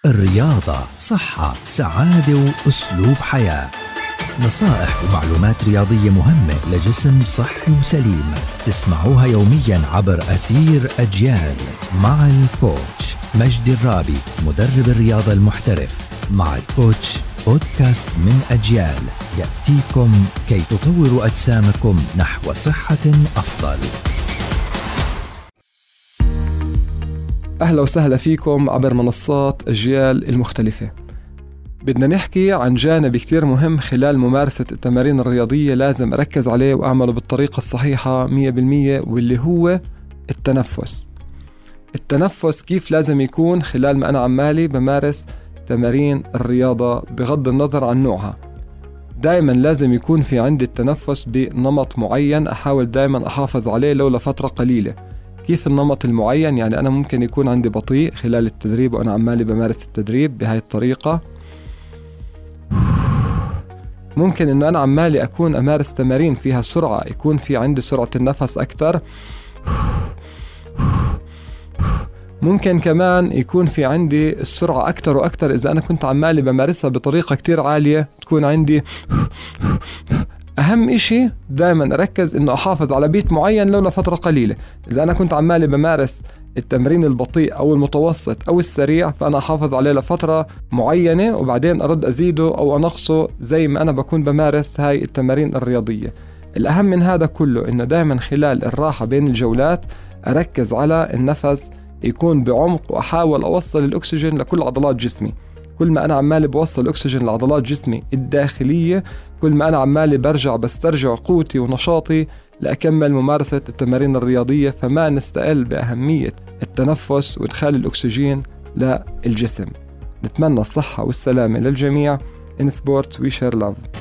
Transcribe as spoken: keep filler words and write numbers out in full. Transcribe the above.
الرياضة، صحة، سعادة وأسلوب حياة. نصائح ومعلومات رياضية مهمة لجسم صحي وسليم، تسمعوها يوميا عبر أثير أجيال مع الكوتش مجدي الرابي، مدرب الرياضة المحترف. مع الكوتش بودكاست من أجيال يأتيكم كي تطوروا أجسامكم نحو صحة أفضل. أهلا وسهلا فيكم عبر منصات أجيال المختلفة. بدنا نحكي عن جانب كتير مهم خلال ممارسة التمارين الرياضية، لازم أركز عليه وأعمله بالطريقة الصحيحة مية بالمية، واللي هو التنفس. التنفس كيف لازم يكون خلال ما أنا عمالي بمارس تمارين الرياضة بغض النظر عن نوعها. دايما لازم يكون في عندي التنفس بنمط معين، أحاول دايما أحافظ عليه لو لفترة قليلة. كيف النمط المعين؟ يعني أنا ممكن يكون عندي بطيء خلال التدريب وأنا عمالي بمارس التدريب بهاي الطريقة. ممكن إنه أنا عمالي أكون أمارس تمارين فيها سرعة، يكون في عندي سرعة النفس أكتر. ممكن كمان يكون في عندي السرعة أكتر وأكتر إذا أنا كنت عمالي بمارسها بطريقة كتير عالية، تكون عندي. أهم إشي دايما أركز إنه أحافظ على بيت معين لو لفترة قليلة. إذا أنا كنت عمالي بمارس التمرين البطيء أو المتوسط أو السريع، فأنا أحافظ عليه لفترة معينة وبعدين أرد أزيده أو أنقصه زي ما أنا بكون بمارس هاي التمارين الرياضية. الأهم من هذا كله إنه دايما خلال الراحة بين الجولات أركز على النفس يكون بعمق، وأحاول أوصل الأكسجين لكل عضلات جسمي. كل ما أنا عمالي بوصل الأكسجين لعضلات جسمي الداخلية، كل ما أنا عمالي برجع بسترجع قوتي ونشاطي لأكمل ممارسة التمارين الرياضية. فما نستقل بأهمية التنفس وإدخال الأكسجين للجسم. نتمنى الصحة والسلامة للجميع. In sports we share love.